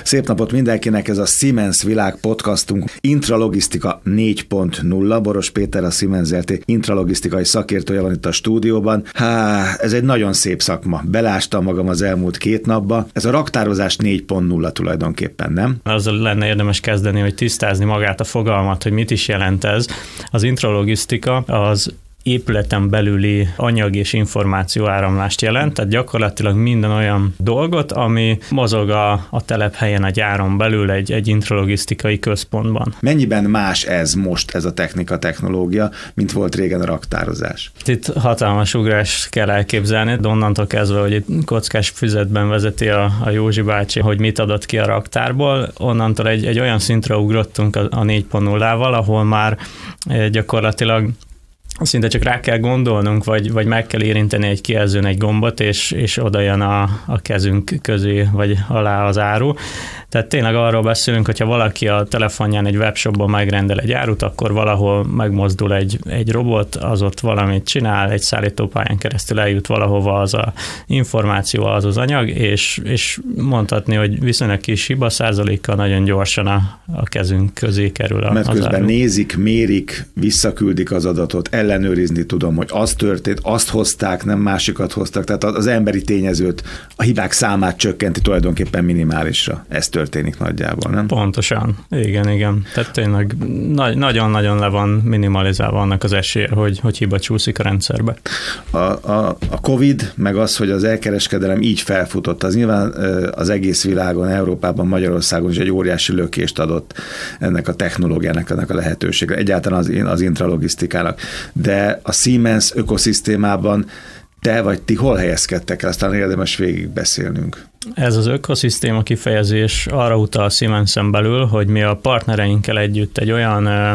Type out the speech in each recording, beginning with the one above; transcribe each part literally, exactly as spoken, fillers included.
Szép napot mindenkinek, ez a Siemens Világ podcastunk Intralogisztika négy pont nulla. Boros Péter, a Siemens Zrt. Intralogisztikai szakértője van itt a stúdióban. Há, ez egy nagyon szép szakma. Belástam magam az elmúlt két napba. Ez a raktározás négy pont nulla tulajdonképpen, nem? Azzal lenne érdemes kezdeni, hogy tisztázni magát a fogalmat, hogy mit is jelent ez. Az intralogisztika az épületen belüli anyag és információ áramlást jelent, tehát gyakorlatilag minden olyan dolgot, ami mozog a, a telephelyen, a gyáron belül egy, egy intralogisztikai központban. Mennyiben más ez most, ez a technika, technológia, mint volt régen a raktározás? Itt hatalmas ugrás kell elképzelni, de onnantól kezdve, hogy itt kockás füzetben vezeti a, a Józsi bácsi, hogy mit adott ki a raktárból, onnantól egy, egy olyan szintre ugrottunk a, a négy pont nullával, ahol már gyakorlatilag szinte csak rá kell gondolnunk, vagy, vagy meg kell érinteni egy kijelzőn egy gombot, és, és oda jön a, a kezünk közé, vagy alá az áru. Tehát tényleg arról beszélünk, hogyha valaki a telefonján egy webshopban megrendel egy árut, akkor valahol megmozdul egy, egy robot, az ott valamit csinál, egy szállítópályán keresztül eljut valahova az a információ, az az anyag, és, és mondhatni, hogy viszonylag kis hiba százalékkal nagyon gyorsan a, a kezünk közé kerül a, Mert az közben áru. nézik, mérik, visszaküldik az adatot, ellenőrizni tudom, hogy az történt, azt hozták, nem másikat hoztak, tehát az emberi tényezőt, a hibák számát csökkenti tulajdonképpen minimálisra. Ez történik nagyjából, nem? Pontosan. Igen, igen. Tehát tényleg nagyon-nagyon le van minimalizálva annak az esélye, hogy, hogy hiba csúszik a rendszerbe. A, a, a Covid, meg az, hogy az elkereskedelem így felfutott, az nyilván az egész világon, Európában, Magyarországon is egy óriási lökést adott ennek a technológiának, ennek a lehetőségre, egyáltalán az, az intralogisztikának. De a Siemens ökoszisztémában te vagy ti hol helyezkedtek el? Aztán érdemes végig beszélnünk. Ez az ökoszisztéma kifejezés arra utal a Siemensen belül, hogy mi a partnereinkkel együtt egy olyan ö,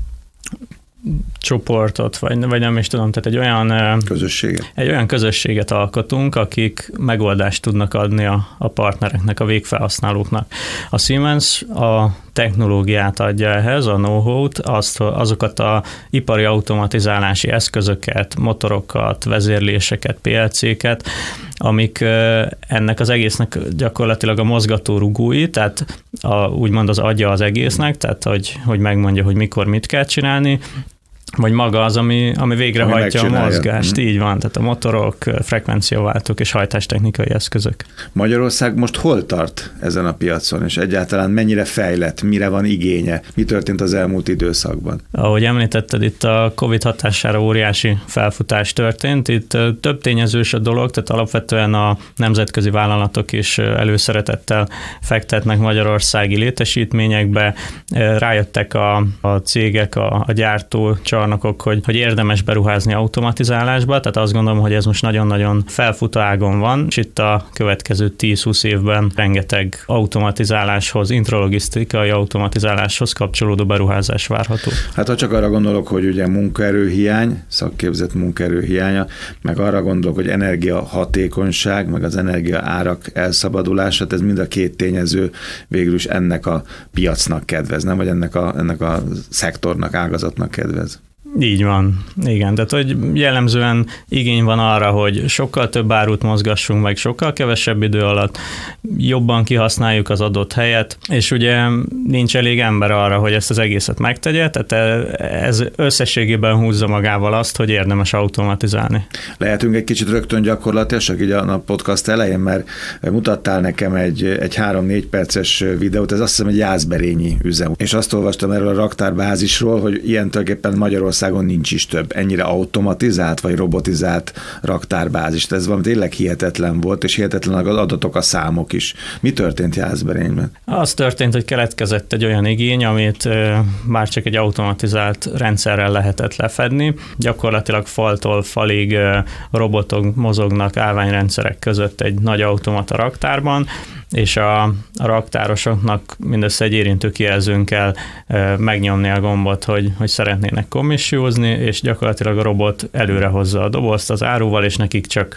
csoportot, vagy, vagy nem is tudom, tehát egy olyan közösséget. egy olyan közösséget alkotunk, akik megoldást tudnak adni a, a partnereknek, a végfelhasználóknak. A Siemens a technológiát adja ehhez, a know-how-t, azt, azokat a ipari automatizálási eszközöket, motorokat, vezérléseket, pé el cé-ket, amik ennek az egésznek gyakorlatilag a mozgatórugói, tehát a, úgymond az agya az egésznek, tehát hogy, hogy megmondja, hogy mikor mit kell csinálni, vagy maga az, ami, ami végrehajtja ami a mozgást. Mm. Így van, tehát a motorok, frekvenciaváltók és hajtástechnikai eszközök. Magyarország most hol tart ezen a piacon, és egyáltalán mennyire fejlett, mire van igénye, mi történt az elmúlt időszakban? Ahogy említetted, itt a Covid hatására óriási felfutás történt. Itt több tényezős a dolog, tehát alapvetően a nemzetközi vállalatok is előszeretettel fektetnek magyarországi létesítményekbe. Rájöttek a, a cégek, a, a gyártó csarnokok, hogy, hogy érdemes beruházni automatizálásba, tehát azt gondolom, hogy ez most nagyon-nagyon felfutó ágon van, és itt a következő tíz-húsz évben rengeteg automatizáláshoz, intralogisztikai automatizáláshoz kapcsolódó beruházás várható. Hát ha csak arra gondolok, hogy ugye munkaerőhiány, szakképzett munkaerőhiánya, meg arra gondolok, hogy energiahatékonyság, meg az energia árak elszabadulása, ez mind a két tényező végül is ennek a piacnak kedvez, nem? Vagy ennek a, ennek a szektornak, ágazatnak kedvez. Így van, igen, tehát hogy jellemzően igény van arra, hogy sokkal több árut mozgassunk meg sokkal kevesebb idő alatt, jobban kihasználjuk az adott helyet, és ugye nincs elég ember arra, hogy ezt az egészet megtegye, tehát ez összességében húzza magával azt, hogy érdemes automatizálni. Lehetünk egy kicsit rögtön gyakorlatilag így a podcast elején, mert mutattál nekem egy, egy három-négy perces videót, ez azt hiszem egy jászberényi üzem. És azt olvastam erről a raktárbázisról, hogy ilyen tulajdonképpen Magyarországon nincs is több ennyire automatizált vagy robotizált raktárbázis. Ez valami tényleg hihetetlen volt, és hihetetlenek az adatok, a számok is. Mi történt Jászberényben? Az történt, hogy keletkezett egy olyan igény, amit már csak egy automatizált rendszerrel lehetett lefedni. Gyakorlatilag faltól falig robotok mozognak állványrendszerek között egy nagy automata raktárban, és a, a raktárosoknak mindössze egy érintő kijelzőn kell e, megnyomni a gombot, hogy, hogy szeretnének commissiózni, és gyakorlatilag a robot előre hozza a dobozt az áruval, és nekik csak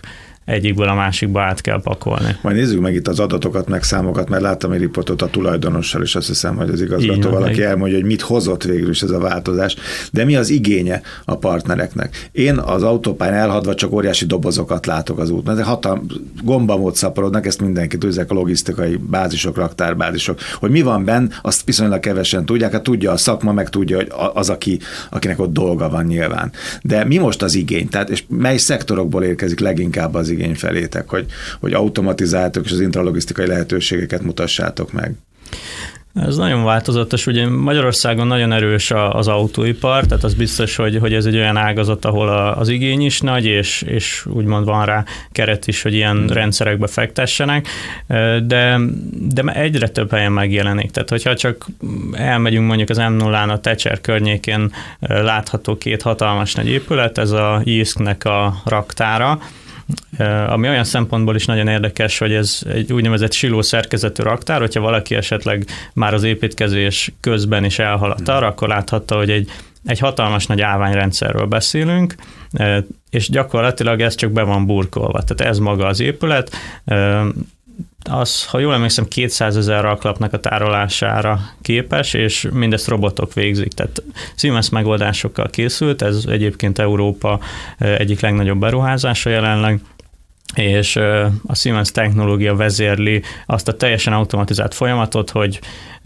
egyikből a másikba át kell pakolni. Majd nézzük meg itt az adatokat, meg számokat, mert láttam egy riportot a tulajdonossal, és azt hiszem, hogy az igazgató valaki elmondja, hogy mit hozott végül is ez a változás. De mi az igénye a partnereknek? Én az autópályán elhagyva csak óriási dobozokat látok az úton. Ezek hatalmas gombamód szaporodnak, ezt mindenki tudja, ezek a logisztikai bázisok, raktárbázisok. Hogy mi van benne, azt viszonylag kevesen tudják, hát tudja a szakma, meg tudja, hogy az, aki, akinek ott dolga van nyilván. De mi most az igény? Tehát, és mely szektorokból érkezik leginkább az igény felétek, hogy, hogy automatizáltok és az intralogisztikai lehetőségeket mutassátok meg? Ez nagyon változatos, ugye Magyarországon nagyon erős az autóipar, tehát az biztos, hogy, hogy ez egy olyan ágazat, ahol az igény is nagy, és, és úgymond van rá keret is, hogy ilyen rendszerekbe fektessenek, de, de egyre több helyen megjelenik. Tehát, hogyha csak elmegyünk mondjuk az em nullán a Tecser környékén látható két hatalmas nagy épület, ez a Jysknek a raktára, ami olyan szempontból is nagyon érdekes, hogy ez egy úgynevezett siló szerkezetű raktár, hogyha valaki esetleg már az építkezés közben is elhaladt arra, akkor láthatta, hogy egy, egy hatalmas nagy állványrendszerről beszélünk, és gyakorlatilag ez csak be van burkolva. Tehát ez maga az épület, az, ha jól emlékszem, kétszázezer raklapnak a tárolására képes, és mindezt robotok végzik. Tehát Siemens megoldásokkal készült, ez egyébként Európa egyik legnagyobb beruházása jelenleg, és a Siemens technológia vezérli azt a teljesen automatizált folyamatot, hogy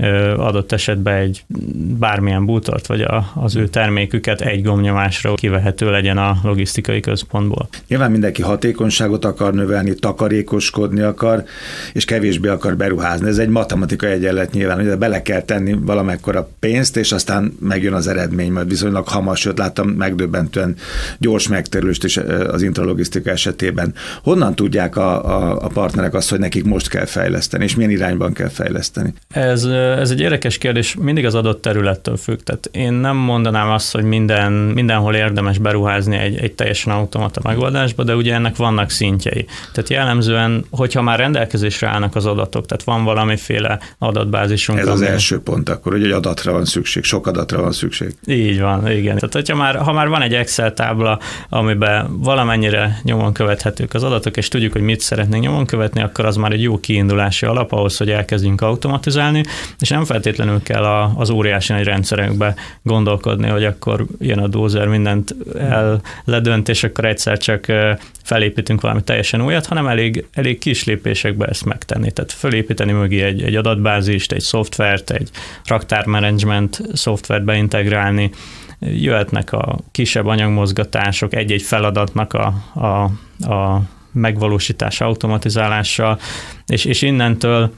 adott esetben egy bármilyen bútort, vagy a, az ő terméküket egy gombnyomásra kivehető legyen a logisztikai központból. Nyilván mindenki hatékonyságot akar növelni, takarékoskodni akar, és kevésbé akar beruházni. Ez egy matematikai egyenlet nyilván, hogy bele kell tenni valamekkora pénzt, és aztán megjön az eredmény, majd viszonylag hamar, sőt láttam megdöbbentően gyors megtérülést is az intralogisztika esetében. Honnan tudják a, a, a partnerek azt, hogy nekik most kell fejleszteni, és milyen irányban kell fejleszteni? Ez Ez egy érdekes kérdés, mindig az adott területtől függ. Tehát én nem mondanám azt, hogy minden, mindenhol érdemes beruházni egy, egy teljesen automata megoldásba, de ugye ennek vannak szintjei. Tehát jellemzően, hogyha már rendelkezésre állnak az adatok, tehát van valamiféle adatbázisunk. Ez az első pont akkor, hogy egy adatra van szükség, sok adatra van szükség. Így van, igen. Tehát hogyha már, ha már van egy Excel tábla, amiben valamennyire nyomon követhetők az adatok, és tudjuk, hogy mit szeretnénk nyomon követni, akkor az már egy jó kiindulási alap ahhoz, hogy elkezdjünk automatizálni, és nem feltétlenül kell a, az óriási nagy rendszerekbe gondolkodni, hogy akkor jön a dózer, mindent el ledönt, és akkor egyszer csak felépítünk valami teljesen újat, hanem elég, elég kis lépésekbe ezt megtenni. Tehát felépíteni mögé egy, egy adatbázist, egy szoftvert, egy raktármenedzsment szoftvert beintegrálni, jöhetnek a kisebb anyagmozgatások, egy-egy feladatnak a, a, a megvalósítása, automatizálása, és, és innentől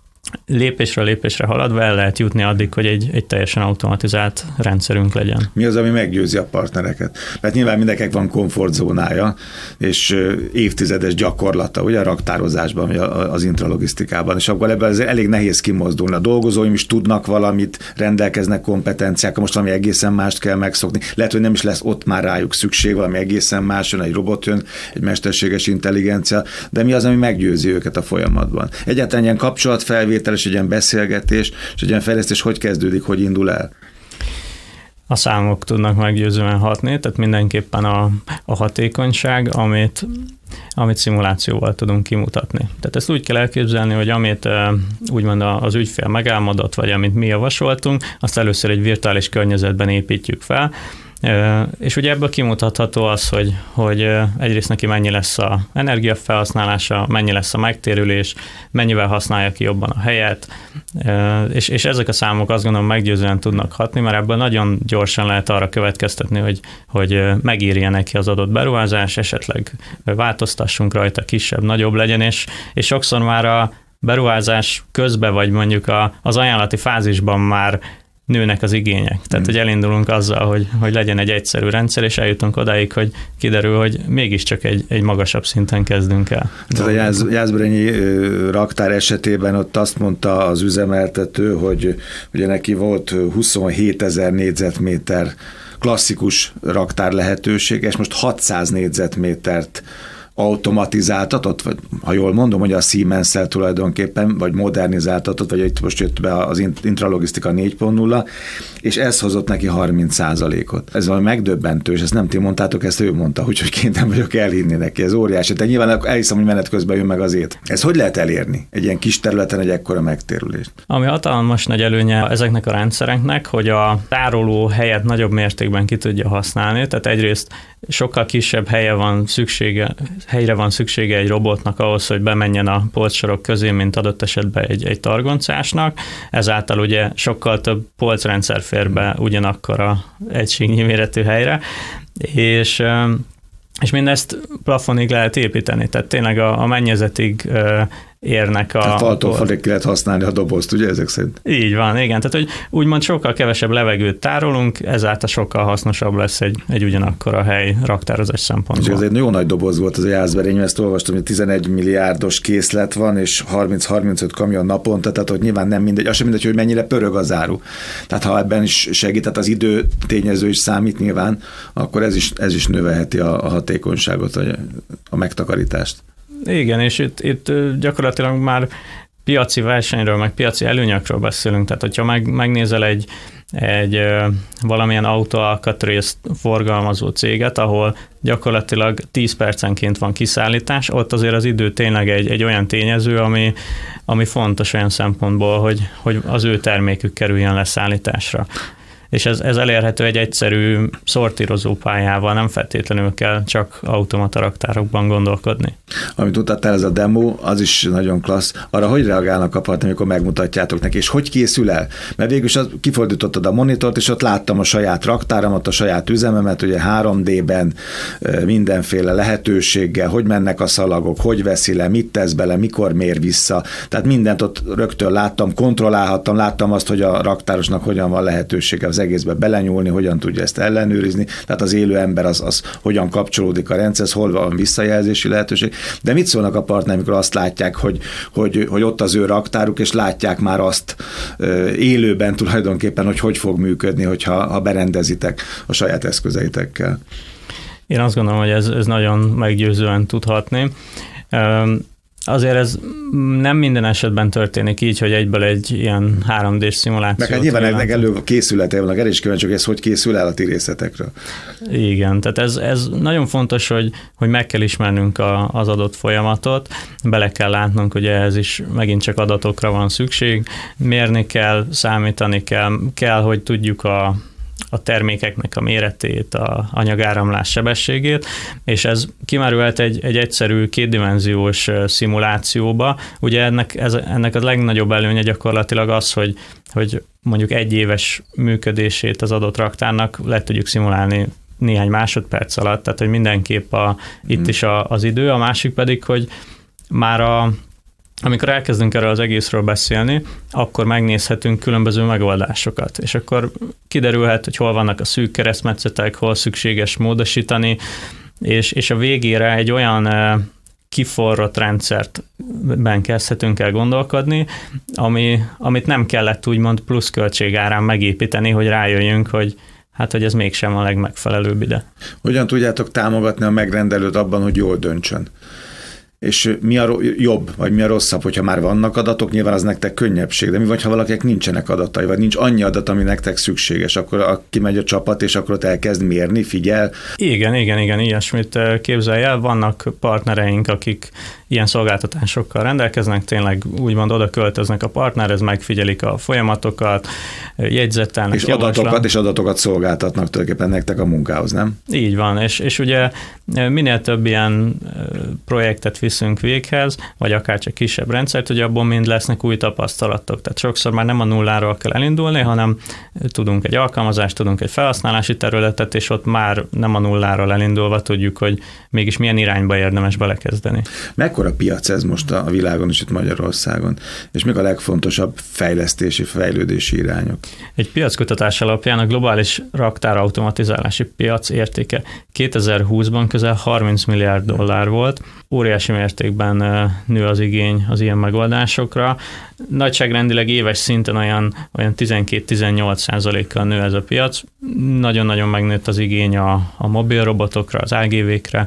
lépésről lépésre haladva el lehet jutni addig, hogy egy, egy teljesen automatizált rendszerünk legyen. Mi az, ami meggyőzi a partnereket? Mert nyilván mindenkinek van komfortzónája, és évtizedes gyakorlata, ugye a raktározásban, vagy az intralogisztikában, és akkor ebben azért elég nehéz kimozdulni. A dolgozóim is tudnak valamit, rendelkeznek kompetenciákkal, most valami egészen mást kell megszokni. Lehet, hogy nem is lesz ott már rájuk szükség, valami egészen más, jön, egy robot jön, egy mesterséges intelligencia, de mi az, ami meggyőzi őket a folyamatban? Egyáltalán ilyen kapcsolatfelvétel, és egy ilyen beszélgetés, és egy ilyen fejlesztés hogy kezdődik, hogy indul el? A számok tudnak meggyőzően hatni, tehát mindenképpen a, a hatékonyság, amit, amit szimulációval tudunk kimutatni. Tehát ezt úgy kell elképzelni, hogy amit úgymond az ügyfél megálmodott, vagy amit mi javasoltunk, azt először egy virtuális környezetben építjük fel, és ugye ebből kimutatható az, hogy, hogy egyrészt neki mennyi lesz az energiafelhasználása, mennyi lesz a megtérülés, mennyivel használja ki jobban a helyet, és, és ezek a számok azt gondolom meggyőzően tudnak hatni, mert ebből nagyon gyorsan lehet arra következtetni, hogy, hogy megírja neki az adott beruházás, esetleg változtassunk rajta, kisebb, nagyobb legyen, és, és sokszor már a beruházás közben, vagy mondjuk a, az ajánlati fázisban már nőnek az igények. Tehát, hogy elindulunk azzal, hogy, hogy legyen egy egyszerű rendszer, és eljutunk odáig, hogy kiderül, hogy mégiscsak egy, egy magasabb szinten kezdünk el. Tehát a Jász, Jászberényi raktár esetében ott azt mondta az üzemeltető, hogy ugye neki volt huszonhétezer négyzetméter klasszikus raktár lehetőség, és most hatszáz négyzetmétert automatizáltatott, vagy ha jól mondom, hogy a Siemens-szel tulajdonképpen, vagy modernizáltatott, vagy itt most jött be az intralogisztika négy pont nulla, és ez hozott neki harminc százalékot. Ez valami megdöbbentő, és ezt nem ti mondtátok, ezt ő mondta, úgyhogy kénytelen vagyok elhinni neki, ez óriási. De nyilván elhiszem, hogy menet közben jön meg az ét. Ez hogy lehet elérni egy ilyen kis területen egy ekkora megtérülést? Ami hatalmas nagy előnye ezeknek a rendszereknek, hogy a tároló helyet nagyobb mértékben ki tudja használni, tehát egyrészt sokkal kisebb helye van szüksége, helyre van szüksége egy robotnak ahhoz, hogy bemenjen a polcsorok közé, mint adott esetben egy, egy targoncásnak. Ezáltal ugye sokkal több polcrendszer fér be ugyanakkor a egységnyi méretű helyre, és és mindezt plafonig lehet építeni, tehát tényleg a, a mennyezetig érnek a... Tehát faltól falig lehet használni a dobozt, ugye ezek szerint? Így van, igen. Tehát, hogy úgymond sokkal kevesebb levegőt tárolunk, ezáltal sokkal hasznosabb lesz egy, egy ugyanakkor a hely raktározás szempontból. És ez egy jó nagy doboz volt az a jászberényű, ezt olvastam, hogy tizenegy milliárdos készlet van, és harminc-harmincöt kamion naponta, tehát hogy nyilván nem mindegy, az sem mindegy, hogy mennyire pörög az áru. Tehát ha ebben is segít, tehát az idő tényező is számít nyilván, akkor ez is, ez is növelheti a, a hatékonyságot, a, a megtakarítást. Igen, és itt, itt gyakorlatilag már piaci versenyről, meg piaci előnyökről beszélünk, tehát hogyha meg, megnézel egy, egy valamilyen autóalkatrészt forgalmazó céget, ahol gyakorlatilag tíz percenként van kiszállítás, ott azért az idő tényleg egy, egy olyan tényező, ami, ami fontos olyan szempontból, hogy, hogy az ő termékük kerüljön leszállításra. És ez, ez elérhető egy egyszerű szortírozó pályával, nem feltétlenül kell csak automata raktárokban gondolkodni. Amit mutattál, ez a demo, az is nagyon klassz. Arra hogy reagálnak a partnerek, amikor megmutatjátok neki, és hogy készül el? Mert végül is kifordítottad a monitort, és ott láttam a saját raktáramat, a saját üzememet, ugye három dében mindenféle lehetőséggel, hogy mennek a szalagok, hogy veszi le, mit tesz bele, mikor mér vissza. Tehát mindent ott rögtön láttam, kontrollálhattam, láttam azt, hogy a raktárosnak hogyan van lehetősége az egészbe belenyúlni, hogyan tudja ezt ellenőrizni, tehát az élő ember az, az hogyan kapcsolódik a rendszerhez, hol van visszajelzési lehetőség. De mit szólnak a partnerek, amikor azt látják, hogy, hogy, hogy ott az ő raktáruk, és látják már azt élőben tulajdonképpen, hogy hogy fog működni, hogyha ha berendezitek a saját eszközeitekkel? Én azt gondolom, hogy ez, ez nagyon meggyőzően tudhatni. Azért ez nem minden esetben történik így, hogy egyből egy ilyen három dés szimulációt. Meg hát nyilván ennek elő készülete vannak, el is kíváncsi, hogy ez hogy készül el a ti részletekről. Igen, tehát ez, ez nagyon fontos, hogy, hogy meg kell ismernünk a, az adott folyamatot, bele kell látnunk, hogy ehhez is megint csak adatokra van szükség, mérni kell, számítani kell, kell, hogy tudjuk a a termékeknek a méretét, a anyagáramlás sebességét, és ez kimerülhet egy, egy egyszerű kétdimenziós szimulációba. Ugye ennek, ez, ennek a legnagyobb előnye gyakorlatilag az, hogy, hogy mondjuk egy éves működését az adott raktárnak le tudjuk szimulálni néhány másodperc alatt, tehát hogy mindenképp a, itt hmm. is a, az idő, a másik pedig, hogy már a amikor elkezdünk erről az egészről beszélni, akkor megnézhetünk különböző megoldásokat, és akkor kiderülhet, hogy hol vannak a szűk keresztmetszetek, hol szükséges módosítani, és, és a végére egy olyan kiforrott rendszertben kezdhetünk el gondolkodni, ami, amit nem kellett úgymond pluszköltség árán megépíteni, hogy rájöjjünk, hogy hát, hogy ez mégsem a legmegfelelőbb ide. Hogyan tudjátok támogatni a megrendelőt abban, hogy jól döntsön? És mi a jobb, vagy mi a rosszabb, hogyha már vannak adatok, nyilván az nektek könnyebbség, de mi vagy, ha valakinek nincsenek adatai, vagy nincs annyi adat, ami nektek szükséges, akkor kimegy a csapat, és akkor ott elkezd mérni, figyel? Igen, igen, igen, ilyesmit képzelj el. Vannak partnereink, akik ilyen szolgáltatásokkal rendelkeznek, tényleg úgymond oda költöznek a partnerhez, megfigyelik a folyamatokat, jegyzettelnek, és adatokat és adatokat szolgáltatnak tulajdonképpen nektek a munkához, nem? Így van, és, és ugye minél több ilyen projektet viszünk véghez, vagy akár csak kisebb rendszert, hogy abból mind lesznek új tapasztalatok. Tehát sokszor már nem a nulláról kell elindulni, hanem tudunk egy alkalmazást, tudunk egy felhasználási területet, és ott már nem a nulláról elindulva tudjuk, hogy mégis milyen irányba érdemes belekezdeni. Mekkora piac ez most a világon és itt Magyarországon? És még a legfontosabb fejlesztési, fejlődési irányok? Egy piackutatás alapján a globális raktárautomatizálási piac értéke kétezer-húszban közel harminc milliárd dollár volt. Óriási mértékben nő az igény az ilyen megoldásokra. Nagyságrendileg éves szinten olyan, olyan tizenkét-tizennyolc százalékkal nő ez a piac. Nagyon-nagyon megnőtt az igény a, a mobil robotokra, az á gé vékre,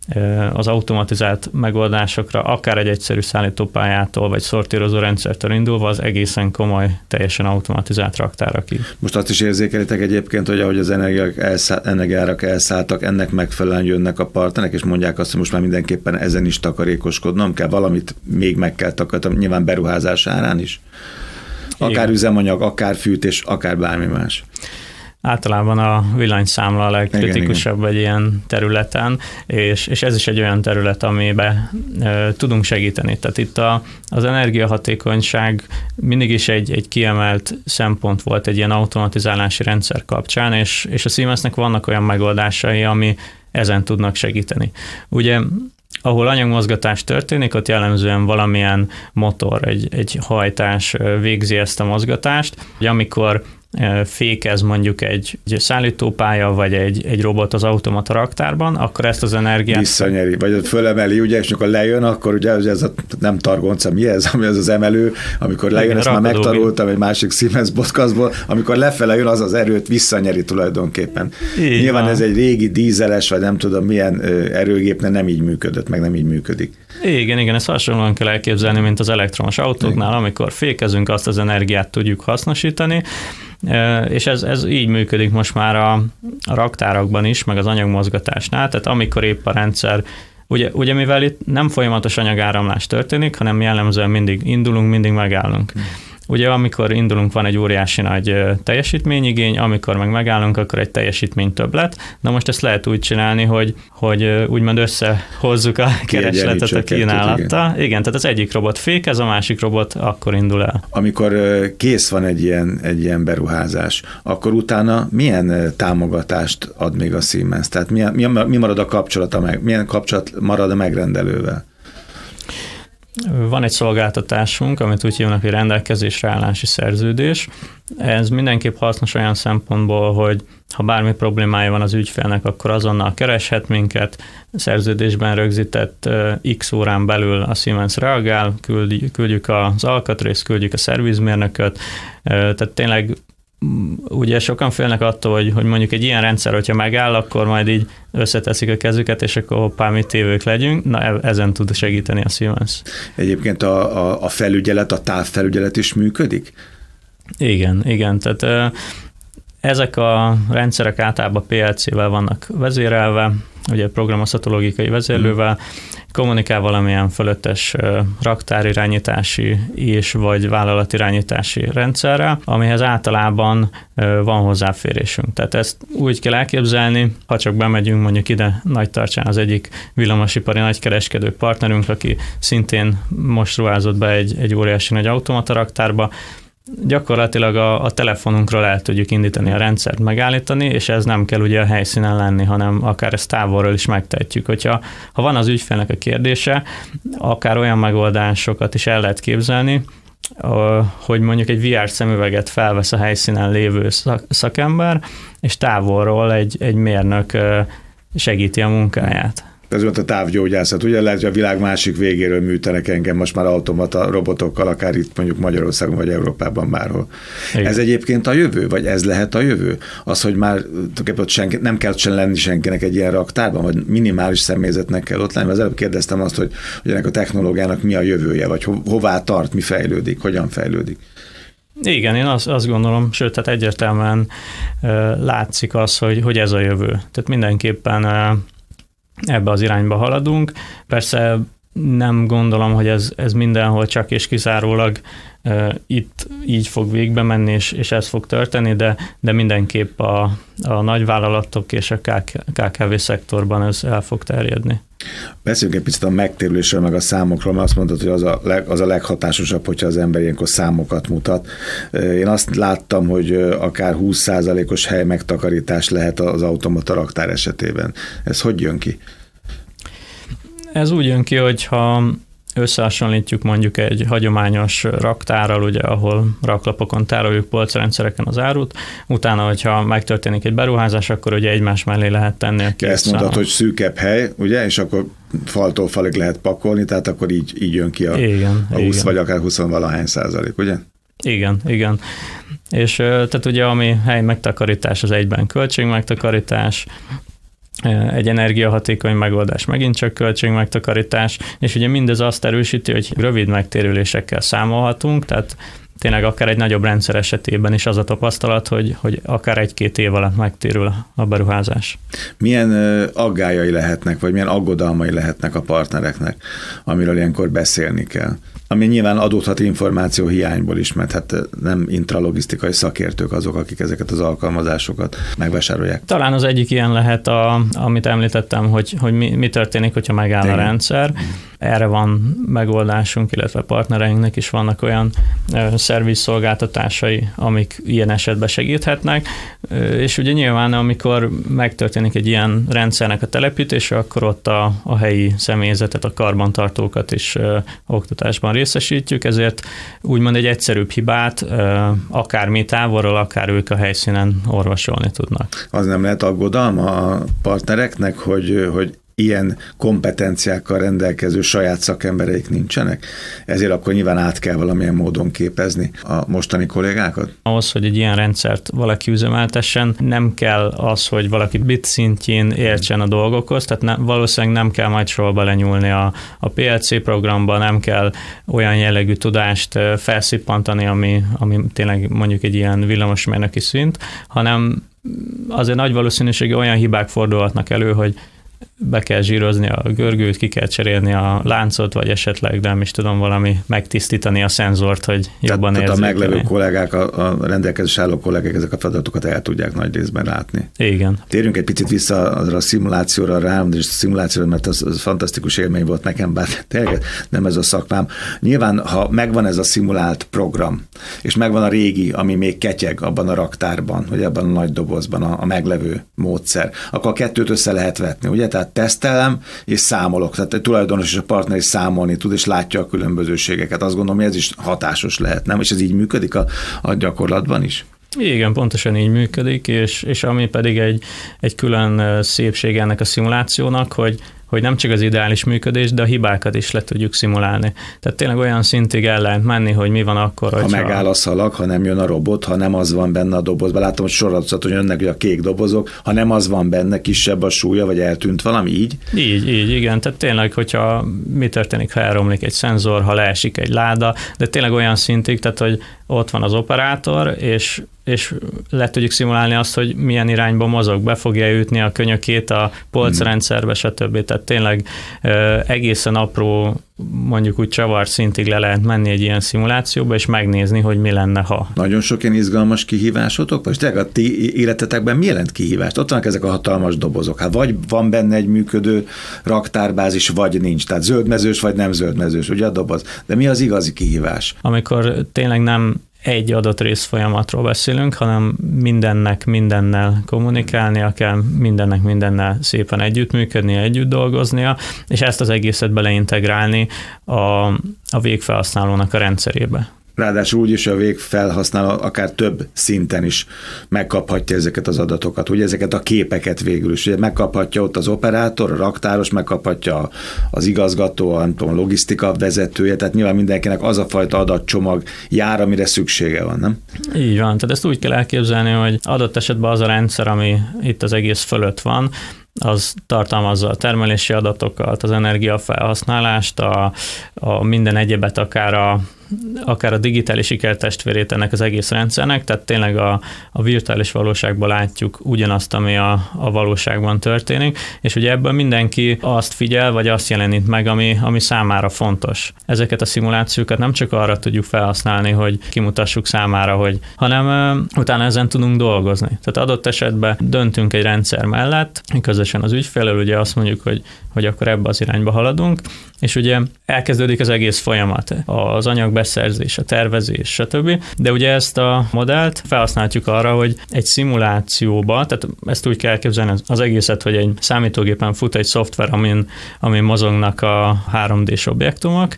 az automatizált megoldásokra, akár egy egyszerű szállítópályától, vagy szortírozó rendszertől indulva az egészen komoly, teljesen automatizált raktárakig. Most azt is érzékelitek egyébként, hogy ahogy az energiák elszá- energiárak elszálltak, ennek megfelelően jönnek a partnerek, és mondják azt, hogy most már mindenképpen ezen is takarékoskodnom kell, valamit még meg kell takarítani, nyilván beruházás árán is. Akár igen. Üzemanyag, akár fűtés, akár bármi más. Általában a villanyszámla a legkritikusabb igen, egy ilyen területen, és, és ez is egy olyan terület, amiben e, tudunk segíteni. Tehát itt a, az energiahatékonyság mindig is egy, egy kiemelt szempont volt egy ilyen automatizálási rendszer kapcsán, és, és a Siemensnek vannak olyan megoldásai, ami ezen tudnak segíteni. Ugye ahol anyagmozgatás történik, ott jellemzően valamilyen motor, egy, egy hajtás végzi ezt a mozgatást, hogy amikor fékez mondjuk egy, egy szállítópálya, vagy egy, egy robot az automata raktárban, akkor ezt az energiát... Visszanyeri, vagy ott fölemeli, ugye, és amikor lejön, akkor ugye ez a nem targonca, mi ez, ami az az emelő, amikor lejön, igen, ezt már megtanultam egy másik Siemens podcastból, amikor lefele jön, az az erőt visszanyeri tulajdonképpen. Igen. Nyilván ez egy régi dízeles, vagy nem tudom milyen erőgépnél nem így működött, meg nem így működik. Igen, igen, ezt hasonlóan kell elképzelni, mint az elektromos autóknál, igen. Amikor fékezünk, azt az energiát tudjuk hasznosítani, és ez, ez így működik most már a, a raktárakban is, meg az anyagmozgatásnál, tehát amikor épp a rendszer, ugye, ugye mivel itt nem folyamatos anyagáramlás történik, hanem jellemzően mindig indulunk, mindig megállunk. Hmm. Ugye amikor indulunk, van egy óriási nagy teljesítményigény, amikor meg megállunk, akkor egy teljesítmény többlet. Na most ezt lehet úgy csinálni, hogy, hogy úgymond összehozzuk a keresletet a kínálattal. Igen. igen, tehát az egyik robot fékez, a másik robot akkor indul el. Amikor kész van egy ilyen, egy ilyen beruházás, akkor utána milyen támogatást ad még a Siemens? Tehát mi, mi, mi marad a kapcsolata, meg, milyen kapcsolat marad a megrendelővel? Van egy szolgáltatásunk, amit úgy hívnak, hogy rendelkezésre állási szerződés. Ez mindenképp hasznos olyan szempontból, hogy ha bármi problémája van az ügyfélnek, akkor azonnal kereshet minket, szerződésben rögzített X órán belül a Siemens reagál, küldjük az alkatrészt, küldjük a szervizmérnököt, tehát tényleg ugye sokan félnek attól, hogy, hogy mondjuk egy ilyen rendszer, hogyha megáll, akkor majd így összeteszik a kezüket, és akkor hoppá, mi tévők legyünk. Na, ezen tud segíteni a Siemens. Egyébként a, a, a felügyelet, a távfelügyelet is működik? Igen, igen. Tehát ezek a rendszerek általában pé el cé-vel vannak vezérelve, ugye programozhatológikai vezérlővel, kommunikál valamilyen fölöttes raktárirányítási és vagy vállalatirányítási rendszerrel, amihez általában van hozzáférésünk. Tehát ezt úgy kell elképzelni, ha csak bemegyünk mondjuk ide Nagytarcsán az egyik villamosipari nagykereskedő partnerünk, aki szintén most ruházott be egy, egy óriási nagy automata raktárba, gyakorlatilag a, a telefonunkról el tudjuk indítani a rendszert, megállítani, és ez nem kell ugye a helyszínen lenni, hanem akár ezt távolról is megtehetjük. Hogyha ha van az ügyfélnek a kérdése, akár olyan megoldásokat is el lehet képzelni, hogy mondjuk egy vé er szemüveget felvesz a helyszínen lévő szakember, és távolról egy, egy mérnök segíti a munkáját. Ez volt a távgyógyászat. Ugye lehet, hogy a világ másik végéről műtenek engem most már automata robotokkal, akár itt mondjuk Magyarországon vagy Európában bárhol. Igen. Ez egyébként a jövő, vagy ez lehet a jövő? Az, hogy már senki, nem kell sem lenni senkinek egy ilyen raktárban, vagy minimális személyzetnek kell ott lenni. Az előbb kérdeztem azt, hogy, hogy ennek a technológiának mi a jövője, vagy ho, hová tart, mi fejlődik, hogyan fejlődik. Igen, én azt, azt gondolom, sőt, tehát egyértelműen uh, látszik az, hogy, hogy ez a jövő. Tehát mindenképpen uh, ebbe az irányba haladunk. Persze nem gondolom, hogy ez, ez mindenhol csak és kizárólag uh, itt így fog végbe menni, és, és ez fog történni, de, de mindenképp a, a nagyvállalatok és a ká ká vé szektorban ez el fog terjedni. Beszéljünk egy picit a megtérülésről, meg a számokról, mert azt mondtad, hogy az a, leg, az a leghatásosabb, hogyha az ember ilyenkor számokat mutat. Én azt láttam, hogy akár húsz százalékos hely megtakarítás lehet az automata raktár esetében. Ez hogy jön ki? Ez úgy jön ki, hogyha összehasonlítjuk mondjuk egy hagyományos raktárral, ugye, ahol raklapokon tároljuk polcrendszereken az árut, utána, hogyha megtörténik egy beruházás, akkor ugye egymás mellé lehet tenni a két Ezt mondtad, hogy szűkebb hely, ugye, és akkor faltól falig lehet pakolni, tehát akkor így, így jön ki a, igen, a húsz igen. vagy akár húsz-valahány százalék, ugye? Igen, igen. És tehát ugye ami hely megtakarítás, az egyben költség megtakarítás, egy energiahatékony megoldás, megint csak költségmegtakarítás, és ugye mindez azt erősíti, hogy rövid megtérülésekkel számolhatunk, tehát tényleg akár egy nagyobb rendszer esetében is az a tapasztalat, hogy, hogy akár egy-két év alatt megtérül a beruházás. Milyen aggályai lehetnek, vagy milyen aggodalmai lehetnek a partnereknek, amiről ilyenkor beszélni kell? Ami nyilván adódhat információ hiányból is, mert hát nem intralogisztikai szakértők azok, akik ezeket az alkalmazásokat megvásárolják. Talán az egyik ilyen lehet, a, amit említettem, hogy, hogy mi, mi történik, hogyha megáll Tényleg. a rendszer. Erre van megoldásunk, illetve partnereinknek is vannak olyan szervizszolgáltatásai, amik ilyen esetben segíthetnek, és ugye nyilván, amikor megtörténik egy ilyen rendszernek a telepítése, akkor ott a, a helyi személyzetet, a karbantartókat is ö, oktatásban részesítjük, ezért úgymond egy egyszerűbb hibát ö, akár mi távolról, akár ők a helyszínen orvosolni tudnak. Az nem lehet aggodalma a partnereknek, hogy, hogy ilyen kompetenciákkal rendelkező saját szakembereik nincsenek? Ezért akkor nyilván át kell valamilyen módon képezni a mostani kollégákat? Ahhoz, hogy egy ilyen rendszert valaki üzemeltessen, nem kell az, hogy valaki bit szintjén értsen a dolgokhoz, tehát ne, valószínűleg nem kell majd soha belenyúlni a, a pé el cé programba, nem kell olyan jellegű tudást felszippantani, ami, ami tényleg mondjuk egy ilyen villamosmérnöki szint, hanem azért nagy valószínűséggel olyan hibák fordulhatnak elő, hogy be kell zsírozni a görgőt, ki kell cserélni a láncot, vagy esetleg nem is tudom, valami megtisztítani a szenzort, hogy jobban érzékelni. Tehát a meglevő kollégák, a, a rendelkezés álló kollégák ezek a feladatokat el tudják nagy részben látni. Igen. Térjünk egy picit vissza arra a szimulációra, a rámodás szimulációra, mert az, az fantasztikus élmény volt nekem, bár tényleg nem ez a szakmám. Nyilván, ha megvan ez a szimulált program, és megvan a régi, ami még ketyeg abban a raktárban, vagy abban a nagy dobozban a, a meglevő módszer, akkor a kettőt össze lehet vetni, ugye? Tehát tesztelem és számolok. Tehát a tulajdonos és a partner is számolni tud, és látja a különbözőségeket. Azt gondolom, hogy ez is hatásos lehet, nem? És ez így működik a, a gyakorlatban is? Igen, pontosan így működik, és, és ami pedig egy, egy külön szépség ennek a szimulációnak, hogy hogy nem csak az ideális működés, de a hibákat is le tudjuk szimulálni. Tehát tényleg olyan szintig el lehet menni, hogy mi van akkor, ha hogyha... megáll a szalag, ha nem jön a robot, ha nem az van benne a dobozban. Látom, hogy sorozat, jönnek a kék dobozok, ha nem az van benne, kisebb a súlya, vagy eltűnt valami, így? Így, így, igen. Tehát tényleg, hogyha mi történik, ha elromlik egy szenzor, ha leesik egy láda, de tényleg olyan szintig, tehát hogy ott van az operátor, és és le tudjuk szimulálni azt, hogy milyen irányba mozog, be fogja ütni a könyökét a polcrendszerbe, stb. Tehát tényleg egészen apró, mondjuk úgy csavar szintig le lehet menni egy ilyen szimulációba, és megnézni, hogy mi lenne, ha. Nagyon sok ilyen izgalmas kihívásotok, vagy tényleg a ti életetekben mi jelent kihívást? Ott vannak ezek a hatalmas dobozok. Hát vagy van benne egy működő raktárbázis, vagy nincs. Tehát zöldmezős, vagy nem zöldmezős, ugye a doboz. De mi az igazi kihívás? Amikor tényleg nem egy adott részfolyamatról beszélünk, hanem mindennek mindennel kommunikálnia kell, mindennek mindennel szépen együttműködnie, együtt dolgoznia, és ezt az egészet beleintegrálni a, a végfelhasználónak a rendszerébe. Ráadásul úgy is a végfelhasználó akár több szinten is megkaphatja ezeket az adatokat, ugye ezeket a képeket végül is. Ugye megkaphatja ott az operátor, a raktáros, megkaphatja az igazgató, a, nem tudom, a logisztika vezetője, tehát nyilván mindenkinek az a fajta adatcsomag jár, amire szüksége van, nem? Így van, tehát ezt úgy kell elképzelni, hogy adott esetben az a rendszer, ami itt az egész fölött van, az tartalmazza a termelési adatokat, az energiafelhasználást, a, a minden egyebet, akár a akár a digitális sikertestvérét ennek az egész rendszernek, tehát tényleg a, a virtuális valóságban látjuk ugyanazt, ami a, a valóságban történik, és ugye ebből mindenki azt figyel, vagy azt jelenít meg, ami, ami számára fontos. Ezeket a szimulációkat nem csak arra tudjuk felhasználni, hogy kimutassuk számára, hogy, hanem uh, utána ezen tudunk dolgozni. Tehát adott esetben döntünk egy rendszer mellett, közösen az ügyféllel, ugye azt mondjuk, hogy, hogy akkor ebbe az irányba haladunk, és ugye elkezdődik az egész folyamat, az anyagbeszerzés, a tervezés, stb. De ugye ezt a modellt felhasználjuk arra, hogy egy szimulációba, tehát ezt úgy kell elképzelni az egészet, hogy egy számítógépen fut egy szoftver, amin, amin mozognak a három dés objektumok,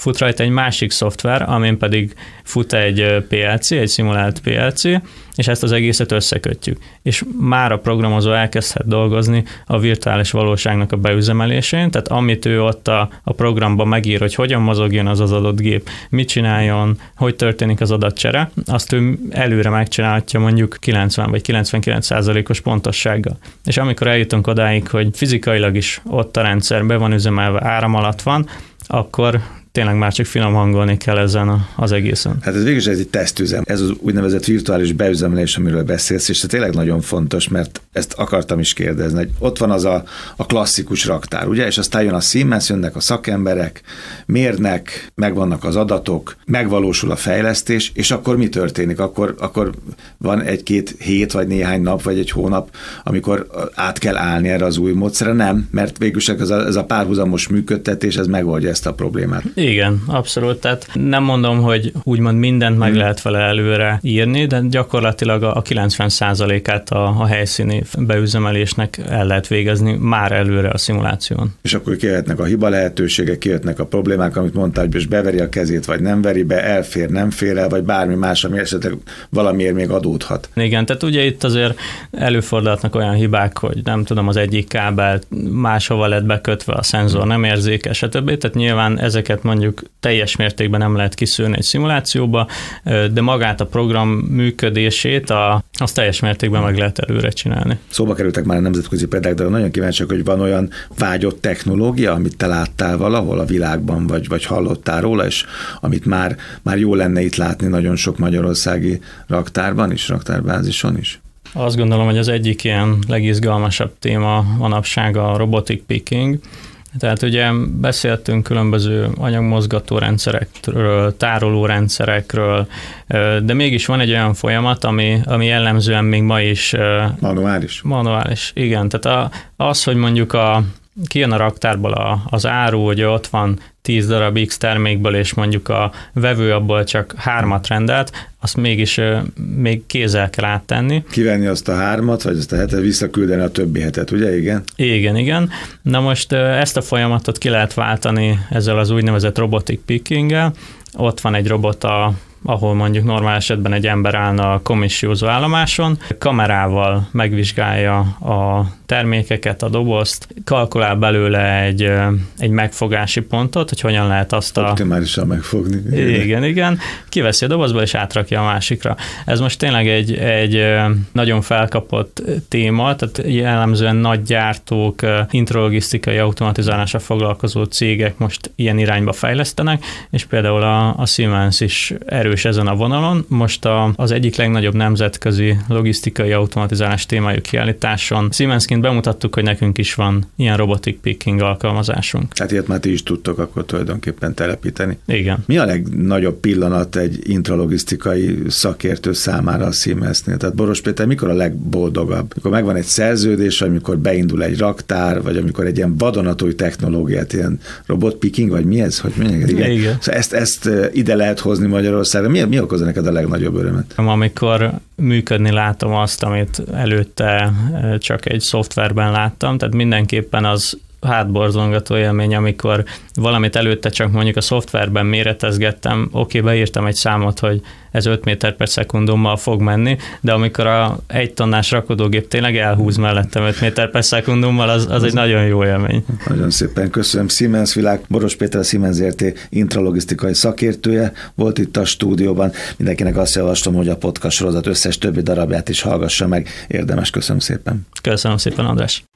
fut rajta egy másik szoftver, amin pedig fut egy pé el cé, egy szimulált pé el cé, és ezt az egészet összekötjük. És már a programozó elkezdhet dolgozni a virtuális valóságnak a beüzemelésén, tehát amit ő ott a, a programban megír, hogy hogyan mozogjon az az adott gép, mit csináljon, hogy történik az adatcsere, azt ő előre megcsinálhatja mondjuk kilencven vagy kilencvenkilenc százalékos pontossággal. És amikor eljutunk odáig, hogy fizikailag is ott a rendszer be van üzemelve, áram alatt van, akkor tényleg már csak finom hangolni kell ezen az egészen. Hát ez végülis ez egy tesztüzem. Ez az úgynevezett virtuális beüzemelés, amiről beszélsz, és ez tényleg nagyon fontos, mert ezt akartam is kérdezni, hogy ott van az a, a klasszikus raktár, ugye, és aztán jön a Siemens, jönnek a szakemberek, mérnek, megvannak az adatok, megvalósul a fejlesztés, és akkor mi történik? Akkor, akkor van egy-két hét, vagy néhány nap, vagy egy hónap, amikor át kell állni erre az új módszerre? Nem, mert végülis ez a, ez a párhuzamos működtetés, ez megoldja ezt a problémát. Igen, abszolút. Tehát nem mondom, hogy úgymond mindent meg lehet vele előre írni, de gyakorlatilag a kilencven százalékát a, a helyszíni beüzemelésnek el lehet végezni már előre a szimuláción. És akkor kijöhetnek a hiba lehetőségek, kijöhetnek a problémák, amit mondtál, hogy most beveri a kezét, vagy nem veri be, elfér, nem fér el, vagy bármi más, ami esetleg valamiért még adódhat. Igen, tehát ugye itt azért előfordulhatnak olyan hibák, hogy nem tudom, az egyik kábel máshova lett bekötve, a szenzor nem érzékes, stb. Tehát nyilván ezeket mondjuk teljes mértékben nem lehet kiszűrni egy szimulációba, de magát a program működését a, azt teljes mértékben meg lehet előre csinálni. Szóba kerültek már a nemzetközi példák, de nagyon kíváncsiak, hogy van olyan vágyott technológia, amit te láttál valahol a világban, vagy, vagy hallottál róla, és amit már, már jó lenne itt látni nagyon sok magyarországi raktárban is, raktárbázison is? Azt gondolom, hogy az egyik ilyen legizgalmasabb téma manapság a robotic picking. Tehát ugye beszéltünk különböző anyagmozgató rendszerekről, tároló rendszerekről, de mégis van egy olyan folyamat, ami, ami jellemzően még ma is... Manuális. Manuális, igen. Tehát a, az, hogy mondjuk a, kijön a raktárból a, az áru, hogy ott van tíz darab X termékből, és mondjuk a vevő abból csak hármat rendelt, azt mégis még kézzel kell áttenni. Kivenni azt a hármat, vagy azt a hetet, visszaküldeni a többi hetet, ugye? Igen? Igen, igen. Na most ezt a folyamatot ki lehet váltani ezzel az úgynevezett robotic pickinggel. Ott van egy robot, a, ahol mondjuk normál esetben egy ember állna a komissiózó állomáson, kamerával megvizsgálja a termékeket, a dobozt, kalkulál belőle egy, egy megfogási pontot, hogy hogyan lehet azt a... Optimálisan megfogni. Igen, igen. Kiveszi a dobozból, és átrakja a másikra. Ez most tényleg egy, egy nagyon felkapott téma, tehát jellemzően nagy gyártók, intralogisztikai automatizálásra foglalkozó cégek most ilyen irányba fejlesztenek, és például a, a Siemens is erős ezen a vonalon. Most a, az egyik legnagyobb nemzetközi logisztikai automatizálás témájú kiállításon Siemensként bemutattuk, hogy nekünk is van ilyen robotic picking alkalmazásunk. Tehát ilyet már ti is tudtok akkor tulajdonképpen telepíteni. Igen. Mi a legnagyobb pillanat egy intralogisztikai szakértő számára a Siemensnél? Tehát Boros Péter, mikor a legboldogabb? Amikor megvan egy szerződés, amikor beindul egy raktár, vagy amikor egy ilyen vadonatúj technológiát, ilyen robot picking, vagy mi ez? Hogy mondják? Igen. Igen. Szóval ezt, ezt ide lehet hozni Magyarországra. Mi, mi okozza neked a legnagyobb örömet? Amikor működni látom azt, amit előtte csak egy szoftverben láttam, tehát mindenképpen az hátborzongató élmény, amikor valamit előtte csak mondjuk a szoftverben méretezgettem, oké, okay, beírtam egy számot, hogy ez öt méter per szekundummal fog menni, de amikor a egy tonnás rakodógép tényleg elhúz mellettem öt méter per szekundummal, az, az egy nagyon jó élmény. Nagyon szépen köszönöm. Siemens Világ, Boros Péter, a Siemens Zrt. intralogisztikai szakértője volt itt a stúdióban. Mindenkinek azt javaslom, hogy a podcast sorozat összes többi darabját is hallgassa meg. Érdemes, köszönöm szépen. Köszönöm szépen, András.